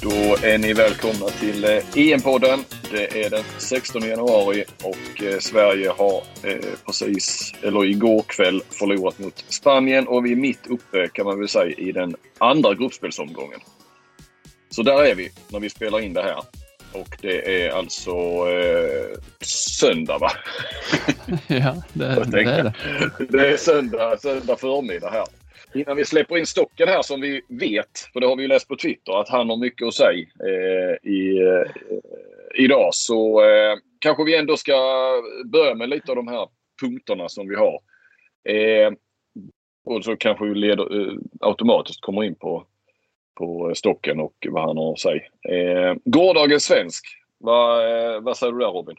Då är ni välkomna till EM-podden. Det är den 16 januari och Sverige har igår kväll förlorat mot Spanien och vi är mitt uppe kan man väl säga i den andra gruppspelsomgången. Så där är vi när vi spelar in det här. Och det är alltså söndag va? Ja, det är det. Det är söndag förmiddag här. Innan vi släpper in Stocken här som vi vet, för det har vi ju läst på Twitter, att han har mycket att säga idag. Så kanske vi ändå ska börja med lite av de här punkterna som vi har. Och så kanske vi automatiskt kommer in på Stocken och vad han har att säga. Gårdagens svensk, vad säger du där Robin?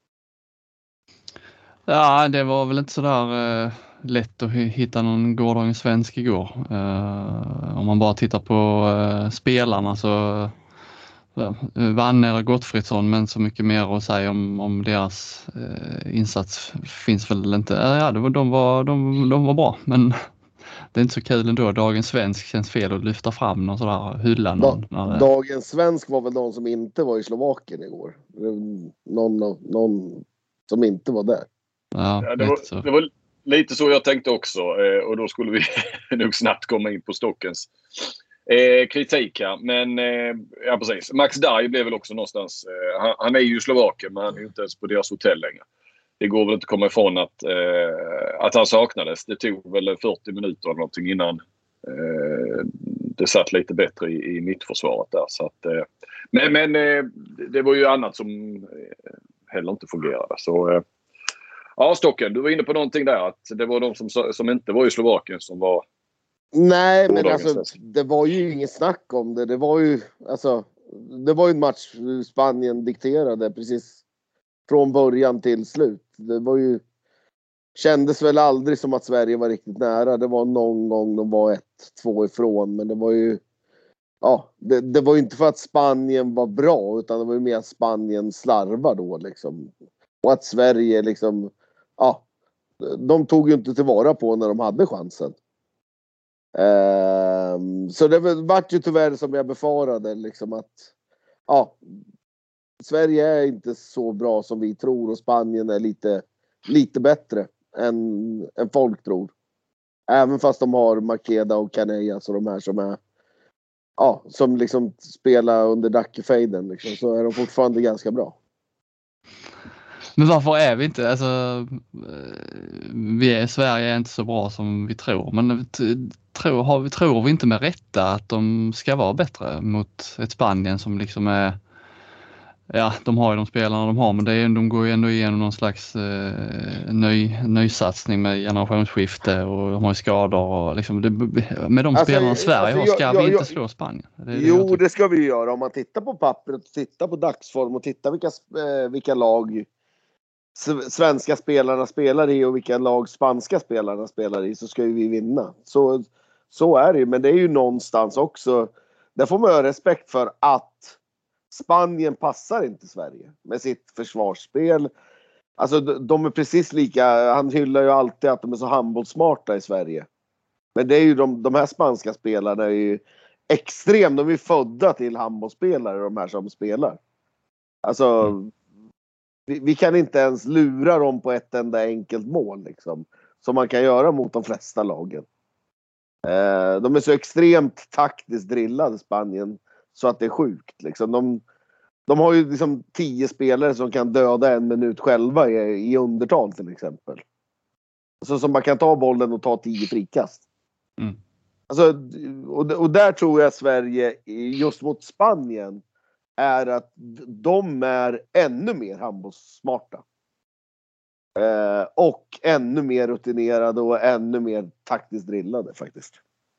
Ja, det var väl inte sådär lätt att hitta någon gårdagens svensk igår. Om man bara tittar på spelarna så vann eller Gottfridsson, men så mycket mer att säga om deras insats finns väl inte. Ja, de var bra, men det är inte så kul ändå. Dagens svensk känns fel att lyfta fram någon sådär hylla någon. Dagens svensk var väl någon som inte var i Slovakien igår. Någon som inte var där. Ja, det var lite så jag tänkte också. Och då skulle vi nog snabbt komma in på Stockens kritik här. Men ja precis. Max Darj blev väl också någonstans. Han är ju Slovakien men han är ju inte ens på deras hotell längre. Det går väl inte att komma ifrån att han saknades. Det tog väl 40 minuter eller någonting innan det satt lite bättre i mittförsvaret där. Så att, men det var ju annat som heller inte fungerade. Så ja, Stocken, du var inne på någonting där. Att det var de som inte var i Slovakien som var... Nej, men alltså det var ju inget snack om det. Det var ju en match Spanien dikterade precis från början till slut. Det var ju... Kändes väl aldrig som att Sverige var riktigt nära. Det var någon gång de var 1-2 ifrån. Men det var ju... Ja, det var ju inte för att Spanien var bra. Utan det var ju mer att Spanien slarvar då liksom. Och att Sverige liksom... Ja, de tog ju inte tillvara på när de hade chansen. Så det vart ju tyvärr som jag befarade liksom att... Ja, Sverige är inte så bra som vi tror. Och Spanien är lite bättre än folk tror. Även fast de har Makeda och Canellas och de här som är... Ja, som liksom spelar under Dackefejden liksom, så är de fortfarande ganska bra. Men varför är vi inte, alltså Sverige är inte så bra som vi tror, men tror vi inte med rätta att de ska vara bättre mot ett Spanien som liksom är, ja de har ju de spelarna de har, men de går ju ändå igenom någon slags nysatsning med generationsskifte och de har ju skador och liksom med de spelarna Sverige har ska vi inte slå Spanien. Det ska vi göra om man tittar på pappret och tittar på dagsform och tittar vilka lag svenska spelarna spelar i och vilka lag spanska spelarna spelar i, så ska ju vi vinna. Så är det ju, men det är ju någonstans också, där får man ha respekt för att Spanien passar inte Sverige med sitt försvarsspel. Alltså de är precis lika, han hyllar ju alltid att de är så handbollssmarta i Sverige. Men det är ju de här spanska spelarna är ju extrem, de är födda till handbollsspelare de här som spelar. Alltså vi kan inte ens lura dem på ett enda enkelt mål liksom, som man kan göra mot de flesta lagen. De är så extremt taktiskt drillade Spanien så att det är sjukt liksom. De har ju liksom 10 spelare som kan döda en minut själva i undertal till exempel. Så som man kan ta bollen och ta 10 frikast. Mm. Alltså, och där tror jag Sverige just mot Spanien är att de är ännu mer handbollssmarta. Och ännu mer rutinerade och ännu mer taktiskt drillade faktiskt.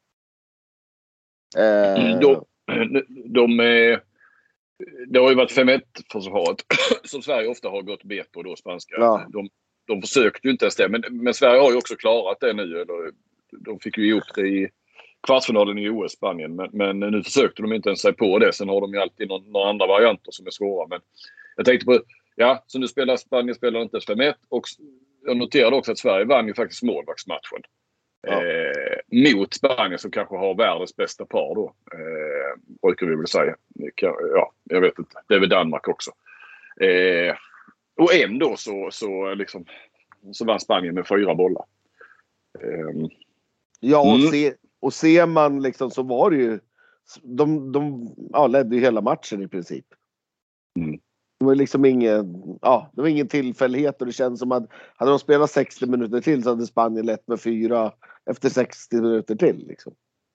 Det har ju varit 5-1-försvaret som Sverige ofta har gått bet på då, spanska. Ja. De försökte ju inte ens det, men Sverige har ju också klarat det nu. De fick ju ihop det i kvartsfinalen i OS Spanien, men nu försökte de inte ens sig på det. Sen har de ju alltid några andra varianter som är svåra. Men jag tänkte på, ja, så nu spelar Spanien inte 5-1 och jag noterade också att Sverige vann ju faktiskt målvaktsmatchen. Mot Spanien som kanske har världens bästa par då. brukar vi väl säga. Ja, jag vet inte. Det är väl Danmark också. Och ändå så vann Spanien med 4 bollar. Ja, och ser man liksom så var det ju de ledde ju hela matchen i princip. Det var liksom det var ingen tillfällighet och det känns som att hade de spelat 60 minuter till så hade Spanien lett med 4 efter 60 minuter till liksom.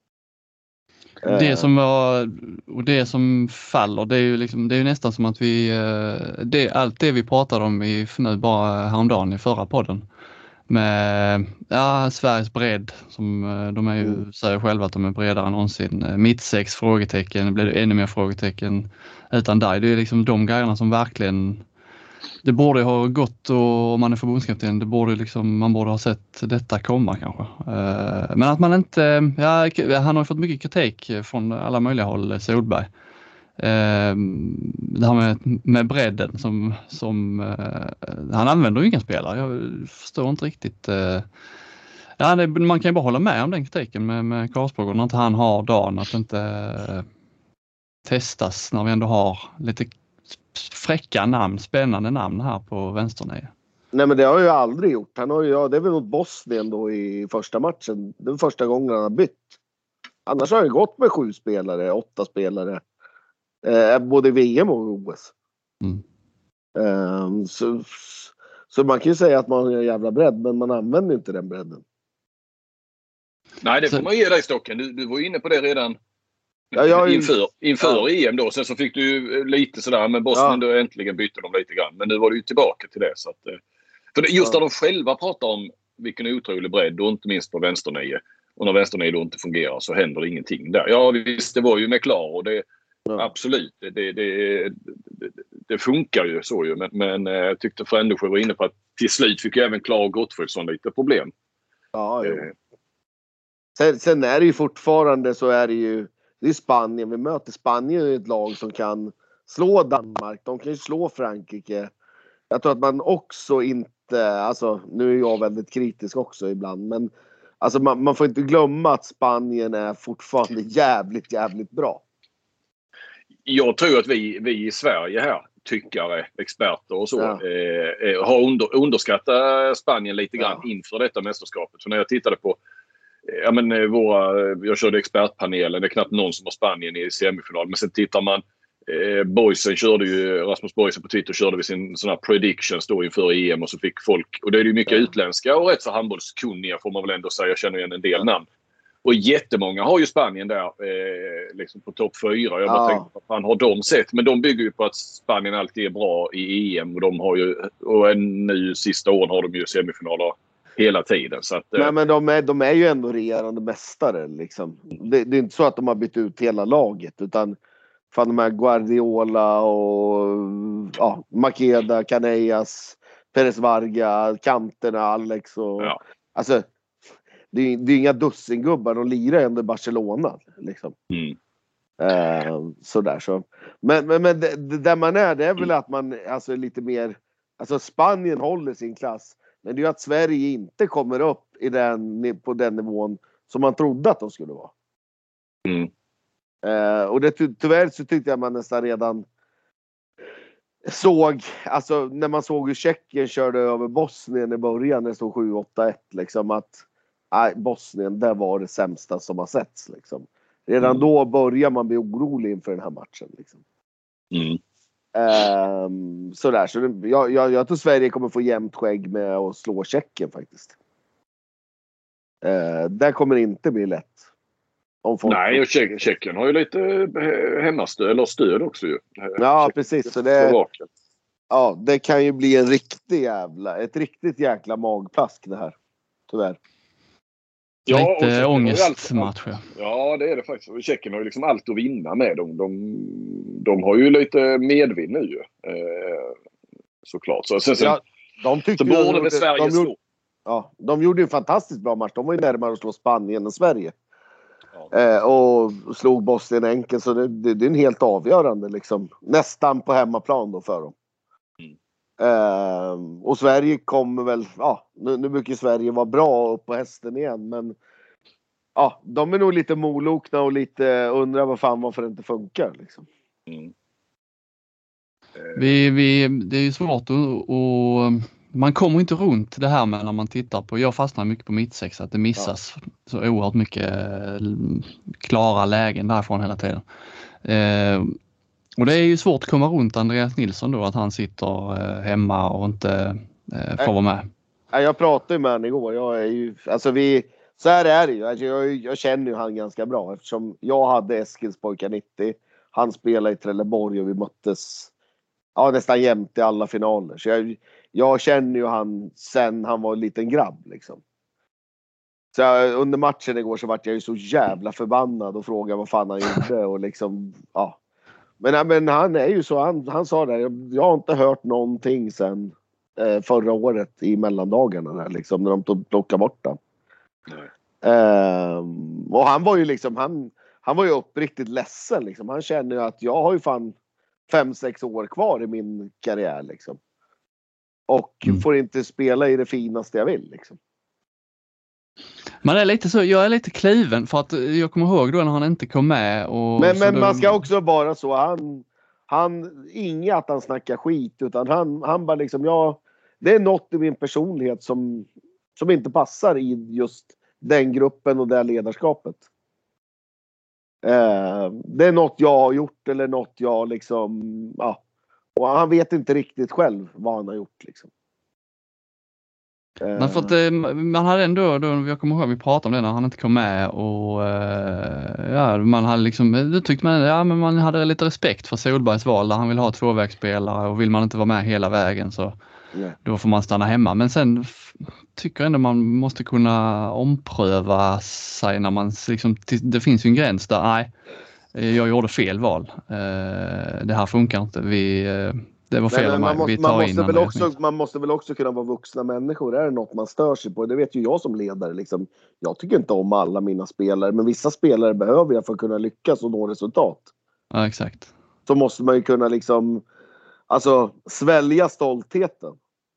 Det som faller, det är ju liksom, det är ju nästan som att allt det vi pratade om nu bara häromdagen i förra podden med Sveriges bredd, som de är ju säger själva att de är bredare än någonsin. Mittsex frågetecken, blir det ännu mer frågetecken utan dig. Det är liksom de grejerna som verkligen, det borde ha gått, och om man är förbundskapten, man borde ha sett detta komma kanske. Men att man inte, han har fått mycket kritik från alla möjliga håll, Solberg. Det här med bredden som han använder ju inga spelare. Jag förstår inte riktigt. Man kan ju bara hålla med om den kritiken med Karlsborg, när inte han har dagen att inte testas när vi ändå har lite fräcka namn, spännande namn här på vänsternäge. Nej, men det har jag ju aldrig gjort. Han har ju, det är väl mot Bosnien då i första matchen. Det var första gången han har bytt. Annars har han gått med 7 spelare, 8 spelare. Både VM och OS. Så man kan ju säga att man har en jävla bredd, men man använder inte den bredden. Nej, det får man ge dig, Stocken. Du var inne på det redan inför EM då. Sen så fick du ju lite sådär, men Bosnien då äntligen bytte de lite grann. Men nu var det ju tillbaka till det. Så att, för just när de själva pratar om vilken otrolig bredd, och inte minst på vänsternio. Och när vänsternio då inte fungerar så händer det ingenting där. Ja visst, det var ju med klar och det absolut. Det funkar ju så ju. Men jag tyckte Frändesjö var inne på att till slut fick ju även Klar och Gottfridsson lite problem. Ja, sen är det ju fortfarande så är det är Spanien. Vi möter Spanien i ett lag som kan slå Danmark. De kan ju slå Frankrike. Jag tror att man också inte, alltså nu är jag väldigt kritisk också ibland, men alltså man får inte glömma att Spanien är fortfarande jävligt, jävligt bra. Jag tror att vi i Sverige här, tyckare, experter och så, har underskattat Spanien lite grann inför detta mästerskapet. För när jag tittade på jag körde expertpanelen, det är knappt någon som har Spanien i semifinal. Men sen tittar man, Boysen körde ju, Rasmus Boysen på Twitter körde vi sin sån här predictions då inför EM, och så fick folk, och det är ju mycket utländska och rätt så handbollskunniga får man väl ändå säga, jag känner igen en del namn. Och jättemånga har ju Spanien där liksom på topp 4. Jag bara tänkte, vad fan har de sett? Men de bygger ju på att Spanien alltid är bra i EM, och de har ju, och nu sista åren har de ju semifinaler hela tiden. Så att, nej, men de är ju ändå regerande mästare liksom. Det är inte så att de har bytt ut hela laget, utan fan de här Guardiola och Makeda, Canellas, Perez Varga, kanterna, Alex och alltså det är inga dussingubbar, de lirar ändå i Barcelona liksom. Sådär så. Men det där man är, det är väl att man alltså lite mer, alltså Spanien håller sin klass, men det är ju att Sverige inte kommer upp på den nivån som man trodde att de skulle vara. Och det tyvärr så tyckte jag man nästan redan såg, alltså när man såg hur Tjeckien körde över Bosnien i början, det stod 7-8-1 liksom, att Bosnien, det var det sämsta som har setts liksom. Redan då börjar man bli orolig inför den här matchen liksom. Sådär, så jag tror Sverige kommer få jämnt skägg med att slå Tjeckien faktiskt. Det kommer inte bli lätt. Nej, och Tjeckien har ju lite hemmastöd eller stöd också ju. Ja, precis. Så det kan ju bli ett riktigt jäkla magplask det här. Tyvärr. Ja, lite ångestmatch. Ja, det är det faktiskt. Och Tjeckien har ju liksom allt att vinna med dem. De har ju lite medvind nu ju. Såklart. Så borde väl Sverige slå. Ja, de gjorde en fantastiskt bra match. De var ju närmare att slå Spanien än Sverige. Och slog Bosnien enkelt, så det är en helt avgörande liksom, nästan på hemmaplan då för dem. Och Sverige kommer väl, nu brukar Sverige vara bra upp på hästen igen, men Ja, de är nog lite molokna och lite undrar varför det inte funkar liksom. Mm. Det är ju svårt och man kommer inte runt det här med när man tittar på, jag fastnar mycket på mittsex, att det missas så oerhört mycket klara lägen därifrån hela tiden. Och det är ju svårt att komma runt Andreas Nilsson då, att han sitter hemma och inte får vara med. Jag pratade med honom igår. Jag är ju, alltså så här är det ju. Alltså jag känner ju han ganska bra eftersom jag hade Eskilspojkar 90. Han spelade i Trelleborg och vi möttes nästan jämt i alla finaler. Så jag känner ju han sen han var en liten grabb liksom. Så under matchen igår så vart jag ju så jävla förbannad och frågade vad fan han gjorde och liksom, ja. Men han är ju så, han sa det, jag har inte hört någonting sen förra året i mellandagarna där, liksom, när de plockade bort den. Och han var ju liksom, han var ju uppriktigt ledsen liksom. Han känner ju att jag har ju fan 5-6 år kvar i min karriär liksom. Och får inte spela i det finaste jag vill liksom. Man är lite så, jag är lite kliven för att jag kommer ihåg då när han inte kom med. Och men man ska också vara så, han inget att han snackar skit utan han bara liksom, det är något i min personlighet som inte passar i just den gruppen och det ledarskapet. Det är något jag har gjort eller något jag liksom, ja. Och han vet inte riktigt själv vad han har gjort liksom. Men för att man hade ändå, jag kommer ihåg vi pratade om det när han inte kom med och man hade liksom, då tyckte man, men man hade lite respekt för Solbergs val där han vill ha tvåvägsspelare och vill man inte vara med hela vägen så då får man stanna hemma. Men sen tycker jag ändå man måste kunna ompröva sig när man liksom, det finns ju en gräns där, nej, jag gjorde fel val. Det här funkar inte. Det var fel av mig. Man måste väl också kunna vara vuxna människor. Är det något man stör sig på? Det vet ju jag som ledare. Liksom. Jag tycker inte om alla mina spelare. Men vissa spelare behöver jag för att kunna lyckas och nå resultat. Ja, exakt. Så måste man ju kunna liksom, alltså, svälja stoltheten.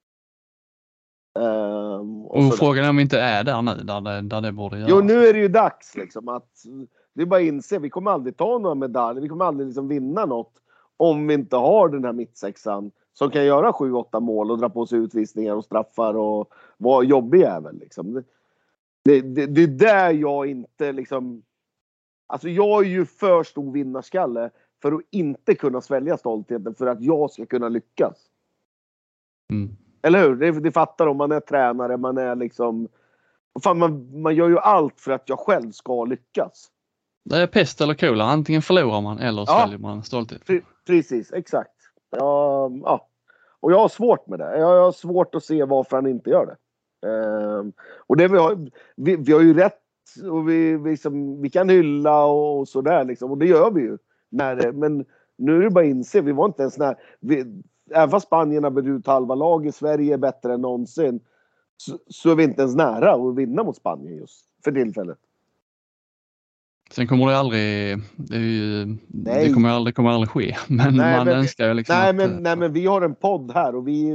Och frågan är om vi inte är där nu, där det borde göra. Jo, nu är det ju dags liksom att det är bara att inse, vi kommer aldrig ta några medaljer, vi kommer aldrig liksom vinna något om vi inte har den här mittsexan som kan göra 7-8 mål och dra på sig utvisningar och straffar och vara jobbig jävel liksom. Det är där jag inte liksom, alltså jag är ju för stor vinnarskalle för att inte kunna svälja stoltheten för att jag ska kunna lyckas. Eller hur? Det fattar om man är tränare, man är liksom, fan, man gör ju allt för att jag själv ska lyckas. Det är pest eller kolera, antingen förlorar man eller sväljer man stolthet. Precis, exakt. Ja. Och jag har svårt med det. Jag har svårt att se varför han inte gör det. Och det vi har ju rätt och vi kan hylla och sådär liksom. Och det gör vi ju. Men nu är det bara att inse, vi var inte ens när även fast Spanien har bytt ut halva lag i Sverige är bättre än någonsin så är vi inte ens nära att vinna mot Spanien just för tillfället. Sen kommer det aldrig, det kommer aldrig ske. Men man önskar ju liksom nej, men vi har en podd här och det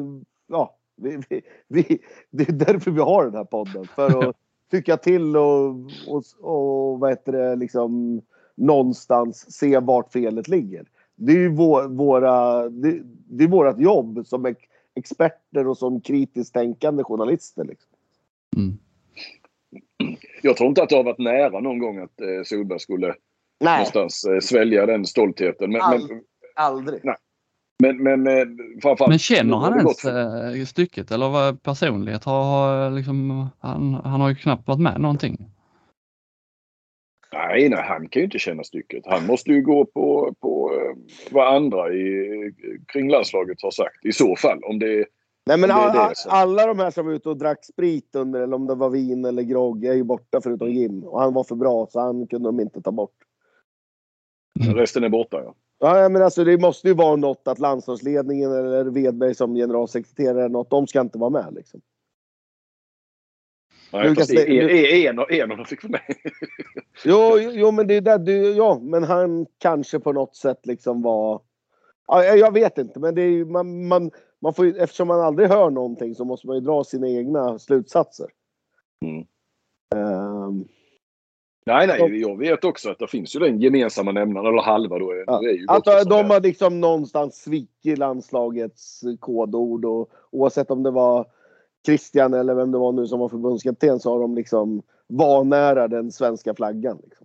är därför vi har den här podden. För att tycka till och vad heter det, liksom någonstans se vart felet ligger. Det är ju det är vårat jobb som experter och som kritiskt tänkande journalister liksom. Jag tror inte att det har varit nära någon gång att Solberg skulle någonstans svälja den stoltheten. Aldrig. Nej. Men framförallt. Men känner han ens stycket eller vad personlighet har liksom, han har ju knappt varit med någonting. Nej, han kan ju inte känna stycket. Han måste ju gå på vad andra kring landslaget har sagt. I så fall, om det är. Nej, men alla de här som var ute och drack sprit under, eller om det var vin eller grogg, är ju borta förutom Jim. Och han var för bra så han kunde de inte ta bort. Resten är borta, ja. Ja, men alltså det måste ju vara något att landslagsledningen eller Wedberg som generalsekreterare, något, de ska inte vara med liksom. Nej, fast en av dem fick vara med. jo, men det är där men han kanske på något sätt liksom var. Ja, jag vet inte, men det är ju, man får ju, eftersom man aldrig hör någonting så måste man ju dra sina egna slutsatser. Nej, jag vet också att det finns ju den gemensamma nämnaren, eller halva då. Ja. Det är ju Att också de har liksom någonstans svikit landslagets kodord, och oavsett om det var Christian eller vem det var nu som var förbundskapten, så har de liksom vanära den svenska flaggan. Liksom.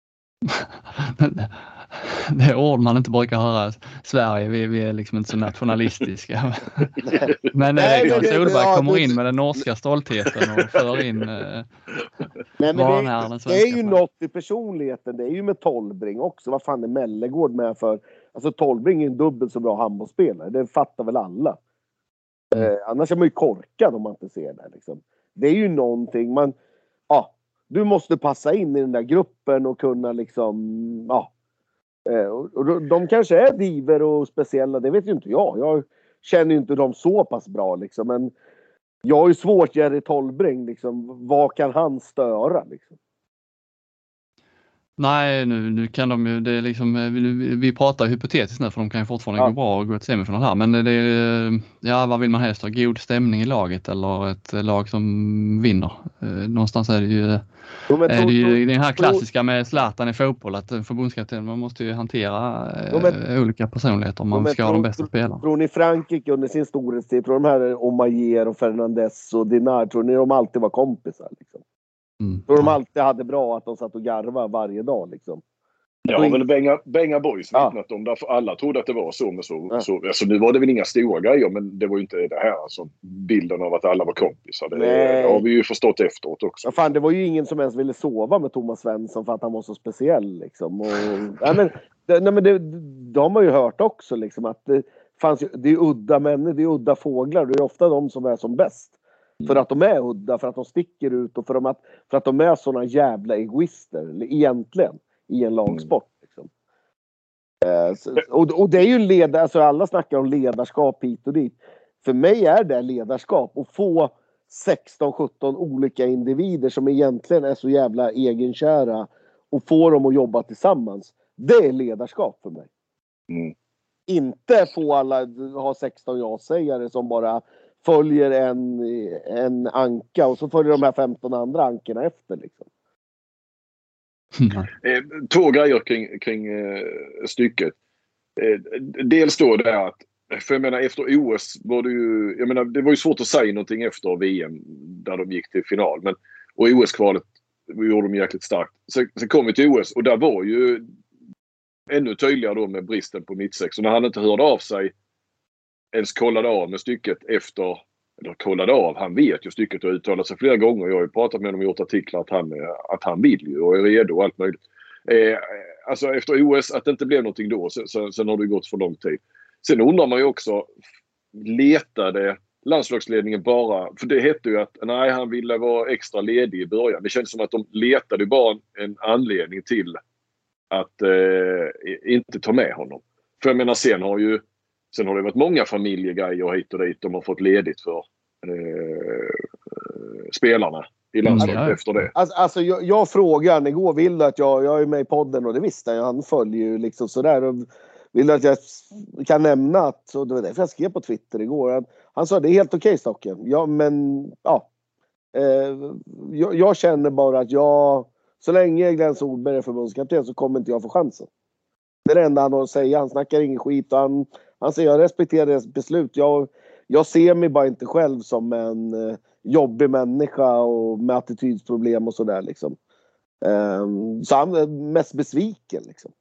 Det är ord man inte brukar höra. Sverige, vi är liksom inte så nationalistiska. Men Solberg kommer in med den norska stoltheten och för in Nej, men den det är ju något i personligheten. Det är ju med Tolbring också. Vad fan är Mellegård med för? Alltså Tolbring är en dubbelt så bra handbollsspelare. Det fattar väl alla. Annars är man ju korkad om man inte ser det. Liksom. Det är ju någonting man... Ja, du måste passa in i den där gruppen och kunna liksom... Ja. Och de kanske är diver och speciella, det vet ju inte jag. Jag känner ju inte dem så pass bra liksom. Men jag har ju svårt, Jerry Tolbring liksom. Vad kan han störa liksom? Nej, nu kan de ju, det är liksom, vi pratar hypotetiskt nu, för de kan ju fortfarande gå bra och gå till semifinal här, men det är, ja, vad vill man helst ha? God stämning i laget eller ett lag som vinner? Någonstans är det ju, den här klassiska med Zlatan i fotboll, att förbundskapten, man måste ju hantera olika personligheter om man ska ha de bästa spelarna. Tror ni Frankrike under sin storhetstid, tror de här Omayer och Fernandes och Dinar, tror ni de alltid var kompisar liksom? Tror de alltid hade bra att de satt och garva varje dag liksom? Jag har väl Benga Boys vittnat om, därför alla trodde att det var så. Men så alltså, nu var det väl inga stora grejer, men det var ju inte det här alltså, bilden av att alla var kompisar. Det har vi ju förstått efteråt också. Ja, fan, det var ju ingen som ens ville sova med Thomas Svensson för att han var så speciell liksom. Och, det har man ju hört också liksom, att det fanns ju, det är udda människor, det är udda fåglar, det är ofta de som är som bäst. För att de är udda, för att de sticker ut och för att de är såna jävla egoister egentligen i en lagsport. Liksom. Och det är ju alltså alla snackar om ledarskap hit och dit. För mig är det ledarskap att få 16-17 olika individer som egentligen är så jävla egenkära och få dem att jobba tillsammans. Det är ledarskap för mig. Inte få alla ha 16 ja-sägare som bara följer en anka och så följer de här 15 andra ankorna efter liksom. Två grejer kring stycket. Dels då det att, för jag menar efter OS var det ju, jag menar det var ju svårt att säga någonting efter VM där de gick till final, men och OS-kvalet gjorde de jäkligt starkt. Sen kom vi till OS och där var ju ännu tydligare då med bristen på mittsex, och när han inte hörde av sig ens kollade av med stycket efter, eller kollade av, han vet ju stycket och uttalat sig flera gånger. Jag har ju pratat med honom och gjort artiklar att han vill ju och är redo och allt möjligt. Alltså efter OS att det inte blev någonting då, sen har det gått för lång tid. Sen undrar man ju också, letade landslagsledningen bara, för det hette ju att nej, han ville vara extra ledig i början. Det känns som att de letade bara en anledning till att inte ta med honom. För jag menar sen har det varit många familjegrejer hit och dit de har fått ledigt för spelarna i landslaget efter det. Alltså jag frågade igår, vill du att jag är med i podden, och det visste jag, han följer ju liksom sådär, och vill du att jag kan nämna att, och det var därför jag skrev på Twitter igår, att han sa det är helt okej Stocken. Ja, men ja, jag känner bara att så länge Glenn Solberg är förbundskapten så kommer inte jag få chansen. Det är det enda han har att säga. Han snackar ingen skit och han säger jag respekterar deras beslut. Jag ser mig bara inte själv som en jobbig människa och med attitydsproblem och sådär liksom. Så han är mest besviken liksom.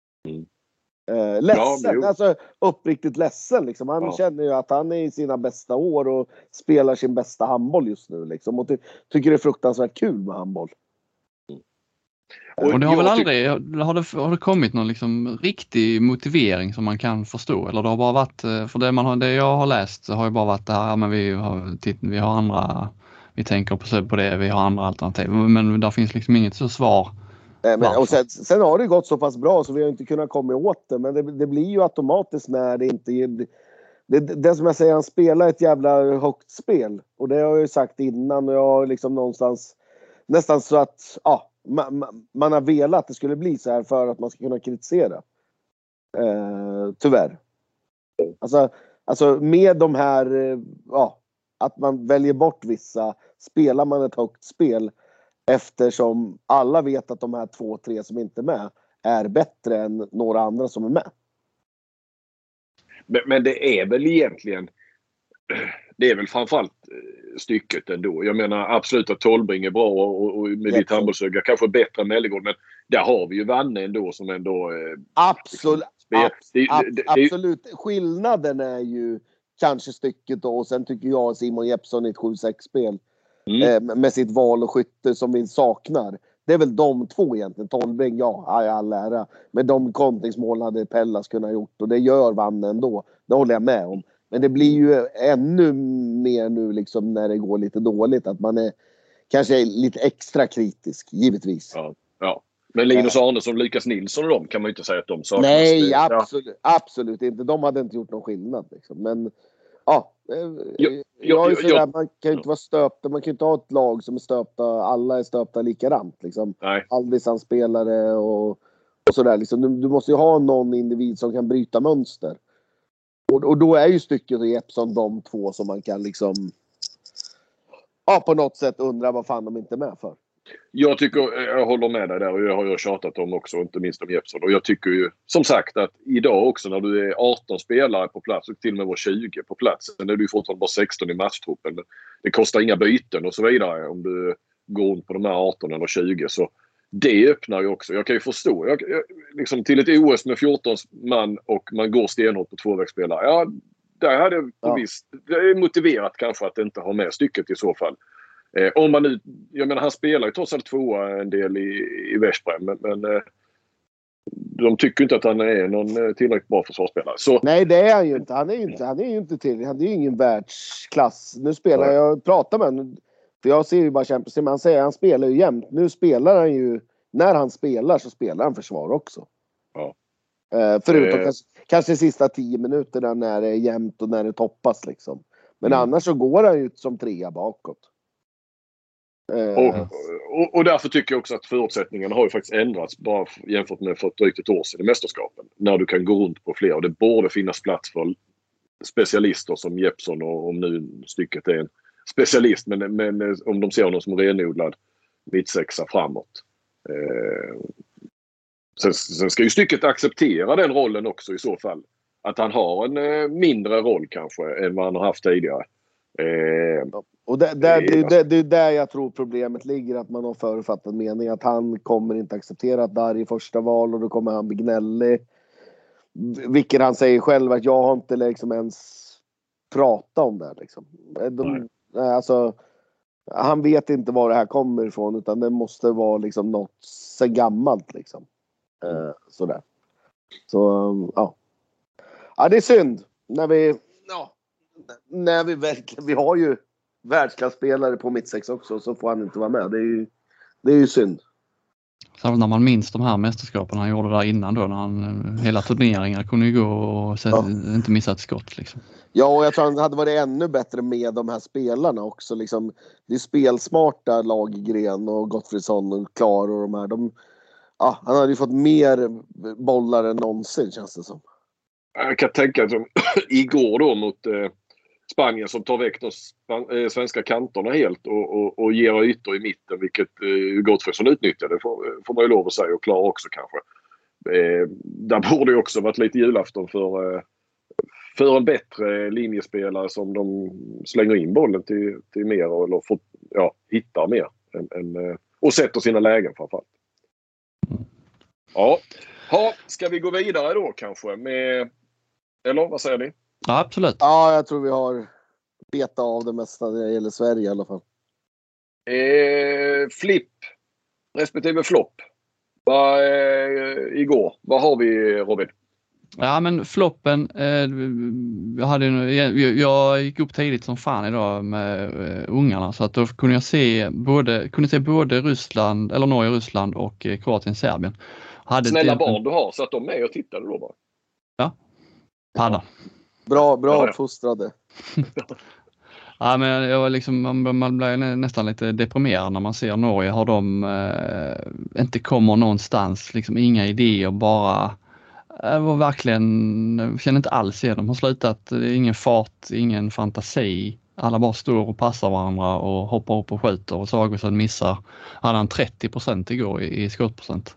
Ledsen, alltså uppriktigt ledsen liksom. Han känner ju att han är i sina bästa år och spelar sin bästa handboll just nu liksom. Och tycker det är fruktansvärt kul med handboll. Och det har väl aldrig, har det kommit någon liksom riktig motivering som man kan förstå, eller det har bara varit, för det jag har läst har ju bara varit det här, men vi har andra, vi tänker på det, vi har andra alternativ, men där finns liksom inget så svar. Och sen har det gått så pass bra så vi har inte kunnat komma åt det, men det blir ju automatiskt när det inte det som jag säger, han spelar ett jävla högt spel, och det har jag ju sagt innan, och jag har liksom någonstans nästan så att man har velat att det skulle bli så här för att man ska kunna kritisera. Tyvärr. Alltså med de här att man väljer bort vissa, spelar man ett högt spel Eftersom alla vet att de här 2-3 som inte är med är bättre än några andra som är med. Men det är väl egentligen, det är väl framförallt stycket ändå. Jag menar absolut att Tolbring är bra och med ditt handbollsöga kanske bättre än Mellegård, men där har vi ju Vanne ändå som ändå... Absolut. Skillnaden är ju kanske stycket då, och sen tycker jag Simon Jeppsson i ett 7-6-spel med sitt val och skytte som vi saknar. Det är väl de två egentligen. Tolbring, ja, all ära. Men de kontringsmål hade Pellas kunnat gjort, och det gör Vanne ändå. Det håller jag med om. Men det blir ju ännu mer nu liksom när det går lite dåligt, att man är kanske lite extra kritisk, givetvis. Ja. Men Linus Arnesson, Lukas Nilsson och de kan man ju inte säga att de saknas. Nej, absolut inte. De hade inte gjort någon skillnad liksom. Men ja, man kan ju inte vara stöpta. Man kan ju inte ha ett lag som är stöpta. Alla är stöpta likadant liksom. Halvdistansspelare och sådär liksom. Du måste ju ha någon individ som kan bryta mönster. Och då är ju stycket och Jeppsson de två som man kan liksom på något sätt undra vad fan de inte är med för. Jag håller med dig där, och jag har ju tjatat om också, inte minst om Jeppsson. Och jag tycker ju som sagt att idag också när du är 18 spelare på plats och till och med var 20 på plats, sen är du fortfarande bara 16 i matchtruppen. Det kostar inga byten och så vidare om du går runt på de här 18 eller 20. Så det öppnar ju också. Jag kan ju förstå. Liksom till ett OS med 14 man och man går stenhårt på tvåvägsspelare. Ja, där hade det är motiverat kanske att inte ha med stycket i så fall. Om man nu, jag menar han spelar ju trots allt tvåa en del i Veszprem, men de tycker inte att han är någon tillräckligt bra försvarsspelare. Så... Nej, det är han ju inte. Han är ju inte till. Han är ju ingen världsklass. Nu spelar jag pratar med honom, för jag ser ju bara Champions League, men han säger han spelar ju jämt. Nu spelar han ju, när han spelar så spelar han försvar också. Ja. Förutom kanske de sista 10 minuterna när det är jämnt och när det toppas liksom. Men annars så går han ju som trea bakåt. Och därför tycker jag också att förutsättningarna har ju faktiskt ändrats bara jämfört med för drygt ett år sedan i mästerskapen. När du kan gå runt på fler, och det borde finnas plats för specialister som Jeppsson, och om nu stycket är en specialist, men om de ser honom som renodlad mittsexa framåt. Sen ska ju stycket acceptera den rollen också i så fall. Att han har en mindre roll kanske än vad han har haft tidigare. Och det är där jag tror problemet ligger, att man har förutfattat mening att han kommer inte acceptera att där i första val, och då kommer han bli gnällig. Vilket han säger själv att jag har inte liksom ens pratat om det liksom. Alltså, han vet inte var det här kommer ifrån, utan det måste vara liksom något så gammalt liksom. Sådär. Så ja, det är synd när vi verkligen, vi har ju världsklasspelare på mittsex också, så får han inte vara med. Det är ju synd. Så när man minns de här mästerskapen han gjorde där innan då, när han hela turneringar kunde ju gå och inte missa ett skott liksom. Ja, och jag tror han hade varit ännu bättre med de här spelarna också liksom. Det är spelsmarta Lagergren och Gottfridsson och Klar och de här. Han hade ju fått mer bollar än någonsin, känns det som. Jag kan tänka att igår då mot Spanien som tar väck de svenska kanterna helt och ger ytor i mitten, vilket Gottfridsson utnyttjade, får man ju lov att säga, och Klar också kanske. Där borde ju också varit lite julafton för en bättre linjespelare som de slänger in bollen till mer, eller hittar mer och sätter sina lägen framförallt. Ja, ska vi gå vidare då kanske med, eller vad säger ni? Ja, absolut. Ja, jag tror vi har betat av det mesta när det gäller Sverige i alla fall. Flipp respektive flopp. Igår. Vad har vi, Robin? Ja, men floppen, jag gick upp tidigt som fan idag med ungarna, så att då kunde jag se både Ryssland, eller Norge, Ryssland och Kroatien, Serbien. Snälla barn du har, så att de är och tittade då bara. Ja, padda. Bra uppfostrade. Ja, men jag var liksom, man blir nästan lite deprimerad när man ser Norge, har de inte kommer någonstans, liksom inga idéer, bara var verkligen, känner inte alls igen. De har slutat, ingen fart, ingen fantasi. alla bara står och passar varandra och hoppar upp och skjuter och Sagosen missar. Hade han 30% igår i skottprocent.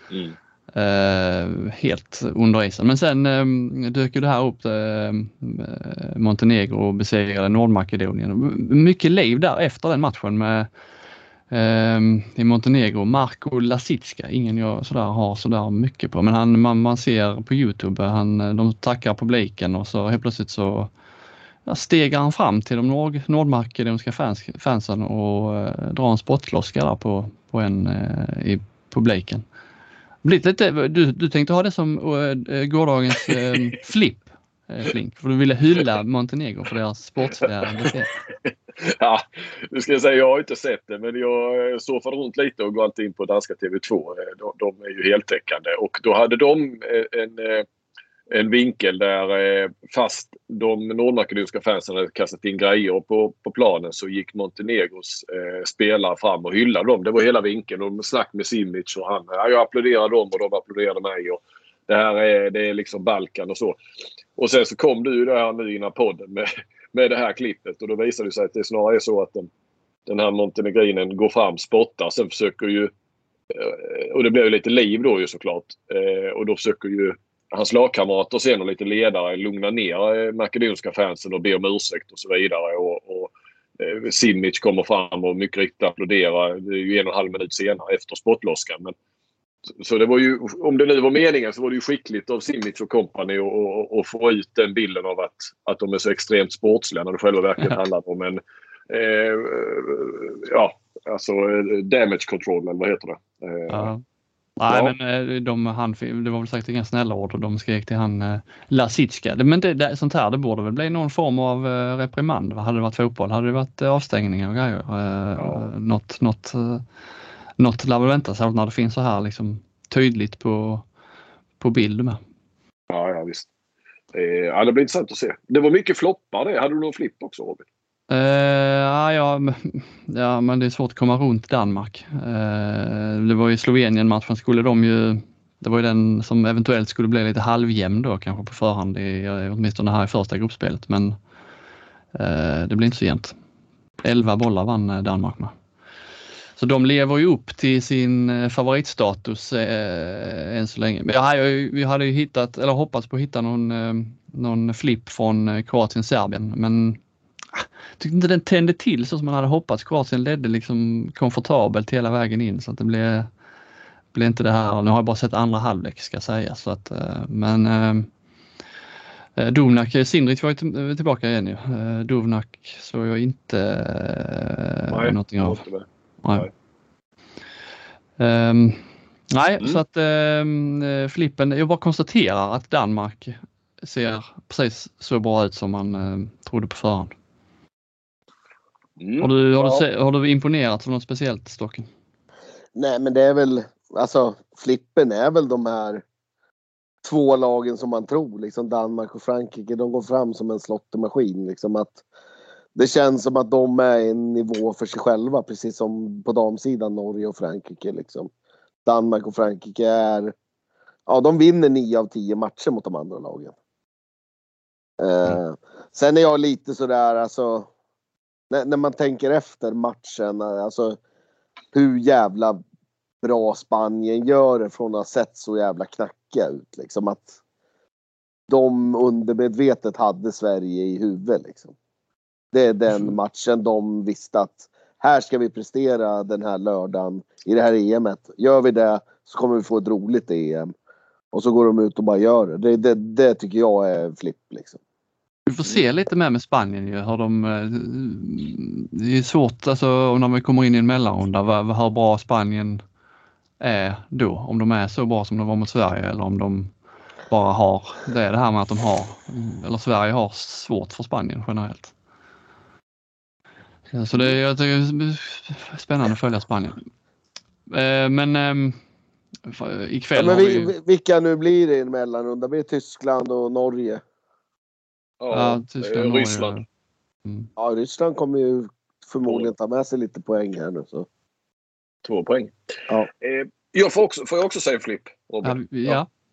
Helt under isen. Men sen dök ju det här upp Montenegro besegrade Nordmakedonien. Mycket liv där efter den matchen med i Montenegro. Marko Lasitska, ingen jag har sådär mycket på, men man ser på YouTube, de tackar publiken och så helt plötsligt så stegar han fram till de nordmakedonska fansen och drar en spottloska där på en i publiken. Du tänkte ha det som gårdagens flipp, Flink, för du ville hylla Montenegro för deras sportsliga beteende. Ja, nu ska jag säga, jag har inte sett det, men jag surfade runt lite och går alltid in på danska TV2. De är ju heltäckande och då hade de en vinkel där fast de nordmakedonska fansen hade kastat in grejer på planen så gick Montenegros spelare fram och hyllade dem. Det var hela vinkeln. De snack med Simic och han. Jag applåderade dem och de applåderade mig. Och det är liksom Balkan och så. Och sen så kom du där nu innan podden med det här klippet och då visade det sig att det snarare är så att den här montenegrinen går fram, spottar, sen försöker ju och det blev lite liv då ju såklart. Och då försöker ju hans lagkamrater sen och lite ledare lugna ner makedonska fansen och be om ursäkt och så vidare. Och Simic kommer fram och mycket riktigt applåderar. Det är ju 1,5 minut senare efter spottloskan. Men, så det var ju, om det nu var meningen så var det ju skickligt av Simic och company och få ut den bilden av att de är så extremt sportsliga när det själva verkligen handlar om en damage control eller vad heter det? Nej, men det var väl sagt inga snälla ord och de skrek till han Lasitska. Men sånt här, det borde väl bli någon form av reprimand. Hade det varit fotboll hade det varit avstängningar och grejer. Något lär väl vänta sig när det finns så här liksom tydligt på bild med. Ja, visst. Det blir intressant att se. Det var mycket floppar det. Hade du någon flipp också, Robin? Men det är svårt att komma runt Danmark. Det var ju Slovenien-matchen det var ju den som eventuellt skulle bli lite halvjämn då kanske på förhand åtminstone här i första gruppspelet, men det blir inte så jämnt. 11 bollar vann Danmark med. Så de lever ju upp till sin favoritstatus än så länge. Men vi hade ju hoppats på att hitta någon flipp från Kroatien-Serbien, men tyckte inte den tände till så som man hade hoppats. Kroatien ledde liksom komfortabelt hela vägen in så att det blev inte det här. Nu har jag bara sett andra halvlek ska jag säga. Så att, Duvnak, Sindric var ju tillbaka igen ju. Duvnak såg jag inte någonting av. Så att flippen, jag bara konstaterar att Danmark ser precis så bra ut som man trodde på förhand. Har du imponerat av något speciellt, Stocken? Nej, men det är väl, alltså flippen är väl de här 2 lagen som man tror, liksom Danmark och Frankrike, de går fram som en slottermaskin, liksom att det känns som att de är en nivå för sig själva, precis som på damsidan Norge och Frankrike liksom. Danmark och Frankrike de vinner 9 av 10 matcher mot de andra lagen. Sen är jag lite sådär, alltså när man tänker efter matchen, alltså hur jävla bra Spanien gör det från att ha sett så jävla knackiga ut liksom, att de undermedvetet hade Sverige i huvudet liksom. Det är den matchen de visste att här ska vi prestera den här lördagen i det här EMet. Gör vi det så kommer vi få ett roligt EM. Och så går de ut och bara gör det. Det tycker jag är flipp liksom. Vi får se lite med Spanien ju. Det är svårt alltså, när vi kommer in i en mellanrunda hur bra Spanien är då. Om de är så bra som de var mot Sverige eller om de bara har det här med att Sverige har svårt för Spanien generellt. Så jag tycker det är spännande att följa Spanien. Men ikväll har vi... Vilka nu blir det i en mellanrunda? Blir det Tyskland och Norge? Ja, Tyskland och Ryssland. Ja, Ryssland kommer ju förmodligen ta med sig lite poäng här nu. Så. 2 poäng. Ja. Får jag också säga flipp, Robin? Ja.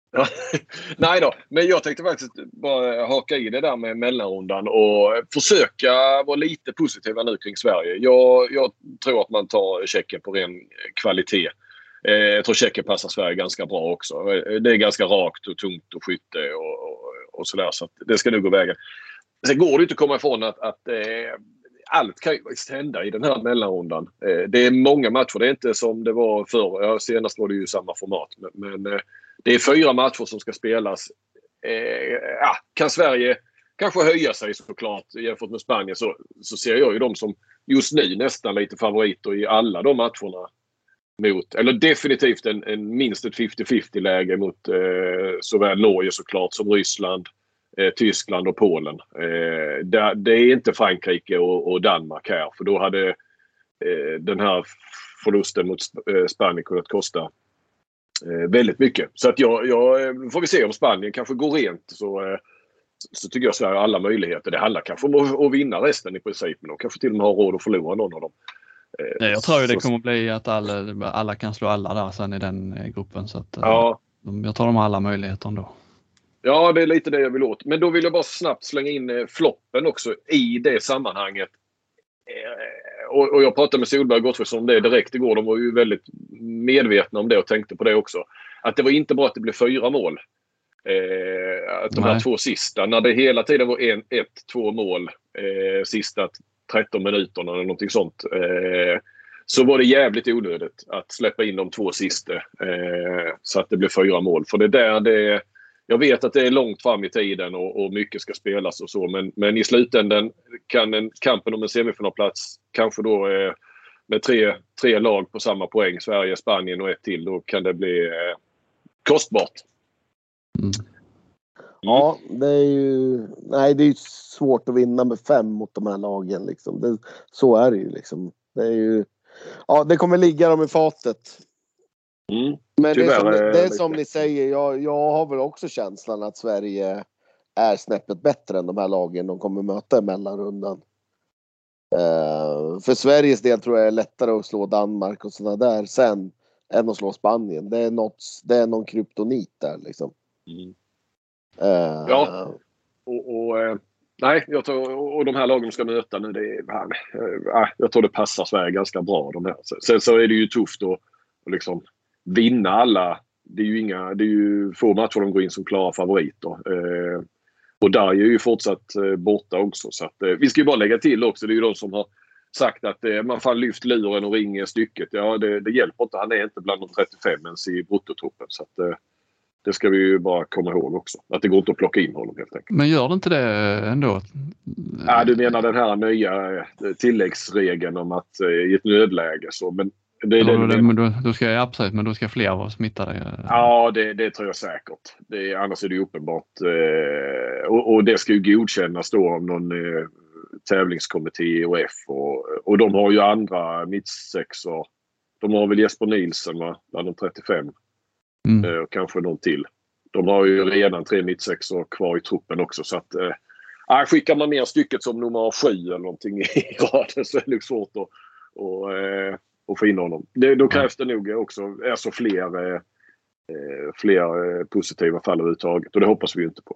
Ja. Nej då, men jag tänkte faktiskt bara haka i det där med mellanrundan och försöka vara lite positiva nu kring Sverige. Jag tror att man tar Tjeckien på ren kvalitet. Jag tror Tjeckien passar Sverige ganska bra också. Det är ganska rakt och tungt och skytte och sådär, så att det ska nog gå vägen. Sen går det inte att komma ifrån att allt kan ju hända i den här mellanrundan. Det är många matcher. Det är inte som det var förr. Ja, senast var det ju samma format. Men det är 4 matcher som ska spelas. Kan Sverige kanske höja sig såklart jämfört med Spanien, så ser jag ju dem som just nu nästan lite favoriter i alla de matcherna. Eller definitivt minst ett 50-50 läge mot såväl Norge såklart som Ryssland, Tyskland och Polen. Det är inte Frankrike och Danmark här, för då hade den här förlusten mot Spanien kunnat kosta väldigt mycket. Så att jag får vi se om Spanien kanske går rent, så tycker jag Sverige har alla möjligheter. Det handlar kanske om att vinna resten i princip, men de kanske till och med har råd att förlora någon av dem. Jag tror ju det kommer bli att alla kan slå alla där sen i den gruppen, så att ja. Jag tar dem alla möjligheter ändå. Ja, det är lite det jag vill åt. Men då vill jag bara snabbt slänga in floppen också i det sammanhanget. Och jag pratade med Solberg och Gottfridsson om det direkt igår. De var ju väldigt medvetna om det och tänkte på det också. Att det var inte bra att det blev 4 mål. Att de här 2 sista. När det hela tiden var 1-2 mål sista 13 minuterna eller någonting sånt. Så var det jävligt onödigt att släppa in de 2 sista. Så att det blev 4 mål. För det där jag vet att det är långt fram i tiden och mycket ska spelas och så. Men i slutändan kan kampen om en semifinalplats kanske då med 3 lag på samma poäng, Sverige, Spanien och 1 till, då kan det bli kostbart. Ja, det är ju svårt att vinna med 5 mot de här lagen liksom. Så är det ju liksom. Det är ju, ja, det kommer ligga dem i fatet. Men det är som ni säger, jag har väl också känslan att Sverige är snäppet bättre än de här lagen de kommer möta i mellanrundan. För Sveriges del tror jag är lättare att slå Danmark och sådana där sen än att slå Spanien. Det är någon kryptonit där liksom. Ja, nej, jag tror, och de här lagen de ska möta nu, jag tror det passar Sverige ganska bra. De här. Sen så är det ju tufft att liksom vinna alla. Det är ju få matcher de går in som klara favoriter. Och där är ju fortsatt borta också. Så att, vi ska ju bara lägga till också, det är ju de som har sagt att man fan lyft luren och ringer stycket. Ja, det hjälper inte. Han är inte bland de 35 ens i bruttotoppen. Så att, det ska vi ju bara komma ihåg också. Att det går inte att plocka in honom helt enkelt. Men gör det inte det ändå? Ja, du menar den här nya tilläggsregeln om att i ett nödläge så. Men då ska jag absolut, men då ska fler vara smittade. Ja, det tror jag säkert. Annars är det ju uppenbart. Och det ska ju godkännas då av någon tävlingskommitté i OF. Och de har ju andra mittsexor. De har väl Jesper Nielsen, va? Bland de 35. Och kanske någon till. De har ju redan 3 mittsexor kvar i truppen också. Så att skickar man ner stycket som nummer 7 eller någonting i raden så är det svårt att få in honom. Då krävs det nog också alltså fler positiva fall överhuvudtaget. Och det hoppas vi ju inte på.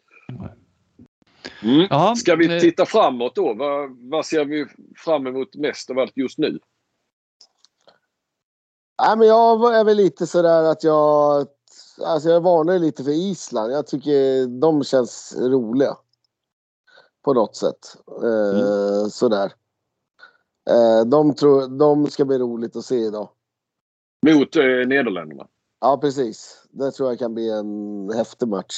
Ska vi titta framåt då? Vad ser vi fram emot mest av allt just nu? Nej, men jag är väl lite sådär att jag varnar lite för Island. Jag tycker de känns roliga. På något sätt. Sådär. De ska bli roligt att se idag. Mot Nederländerna? Ja, precis. Det tror jag kan bli en häftig match.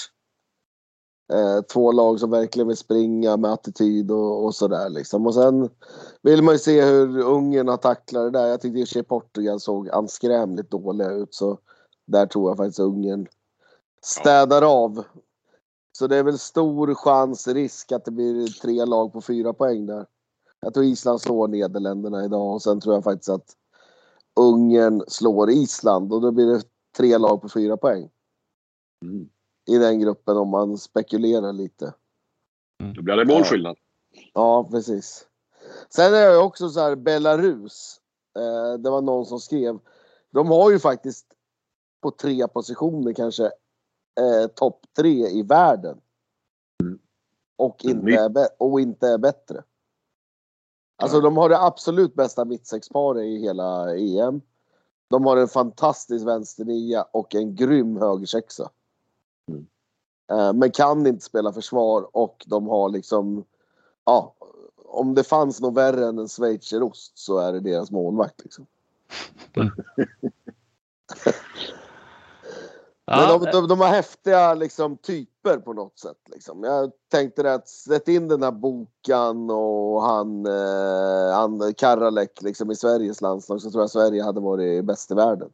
2 lag som verkligen vill springa med attityd och sådär liksom. Och sen vill man ju se hur Ungern har tacklat det där. Jag tyckte att Portugal såg anskrämligt dåliga ut. Så där tror jag faktiskt Ungern städar av. Så det är väl stor risk att det blir 3 lag på 4 poäng där. Jag tror Island slår Nederländerna idag. Och sen tror jag faktiskt att Ungern slår Island. Och då blir det 3 lag på 4 poäng. I den gruppen om man spekulerar lite. Då blir det målskillnad. Ja, precis. Sen är jag också så här Belarus. Det var någon som skrev. De har ju faktiskt på 3 positioner kanske topp 3 i världen. Och inte är bättre. Alltså de har det absolut bästa mittsexparet i hela EM. De har en fantastisk vänsternia och en grym högersexa. Men kan inte spela försvar, och de har liksom, ja, om det fanns något värre än en schweizerost så är det deras målvakt liksom. Men de har häftiga liksom typer på något sätt liksom. Jag tänkte att sätt in den här Bokan och han Karalek liksom i Sveriges landslag, så tror jag Sverige hade varit bäst i världen.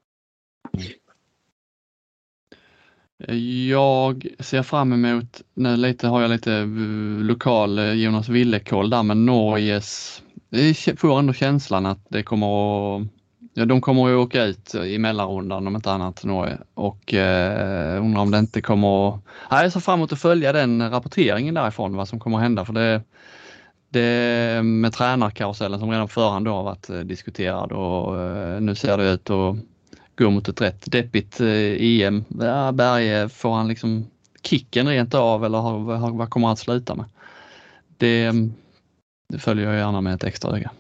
Jag ser fram emot, nu har jag lite lokal Jonas Wille-koll där, med Norges, jag får ändå känslan att det kommer att, de kommer att åka ut i mellanrundan om inte annat, Norge, och undrar om det inte kommer att, jag ser fram emot att följa den rapporteringen därifrån, vad som kommer att hända, för det med tränarkarusellen som redan på förhand då har varit diskuterad, och nu ser det ut att gå mot ett rätt deppigt EM. Berge, får han liksom kicken rent av, eller vad kommer han att sluta med? Det följer jag gärna med ett extra öga.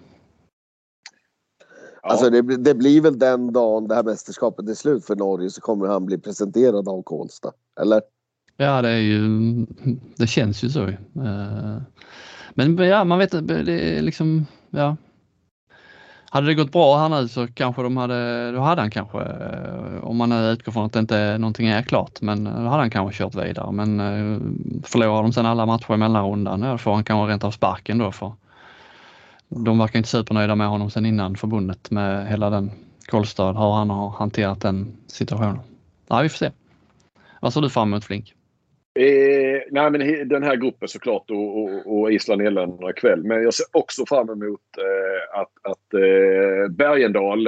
Alltså det blir väl den dagen det här mästerskapet är slut för Norge, så kommer han bli presenterad av Kolstad, eller? Ja, det känns ju så. Men ja, man vet, det är liksom, ja. Hade det gått bra här nu så kanske då hade han kanske, om man utgår från att det inte någonting är klart, men då hade han kanske kört vidare. Men förlorar de sen alla matcher i mellanrundan, då får han kanske rent av sparken då, för de verkar inte supernöjda med honom sen innan förbundet, med hela den Kolstad, hur han har hanterat den situationen. Ja, vi får se. Vad ser du fram emot, Flink? Nej, men den här gruppen såklart, och Island och Nederländerna ikväll. Men jag ser också fram emot att Bergendal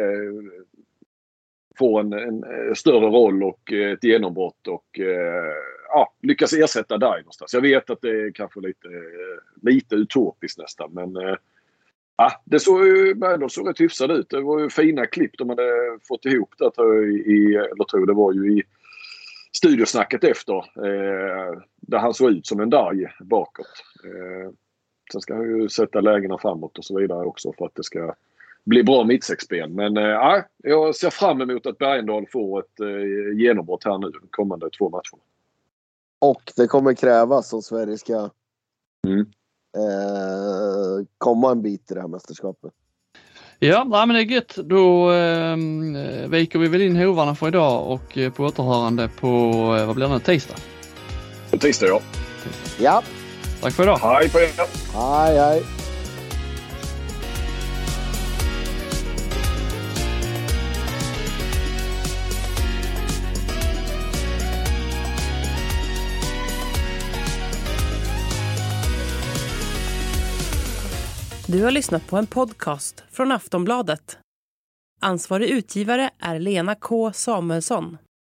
får en större roll och ett genombrott, och lyckas ersätta där någonstans. Jag vet att det är kanske lite utopiskt nästan, men det såg rätt hyfsat ut. Det var ju fina klipp de hade fått ihop där, tror det var ju i studiosnacket efter, där han såg ut som en darg bakåt. Sen ska han ju sätta lägena framåt och så vidare också, för att det ska bli bra mittsexspel. Men jag ser fram emot att Bergendal får ett genombrott här nu de kommande 2 matcherna. Och det kommer krävas om Sverige ska komma en bit i det här mästerskapet. Ja, men det är gött. Då viker vi väl in hovarna för idag, och på återhörande på, vad blir det nu, tisdag? På tisdag, ja. Ja. Tack för idag. Hej på er. Hej. Du har lyssnat på en podcast från Aftonbladet. Ansvarig utgivare är Lena K. Samuelsson.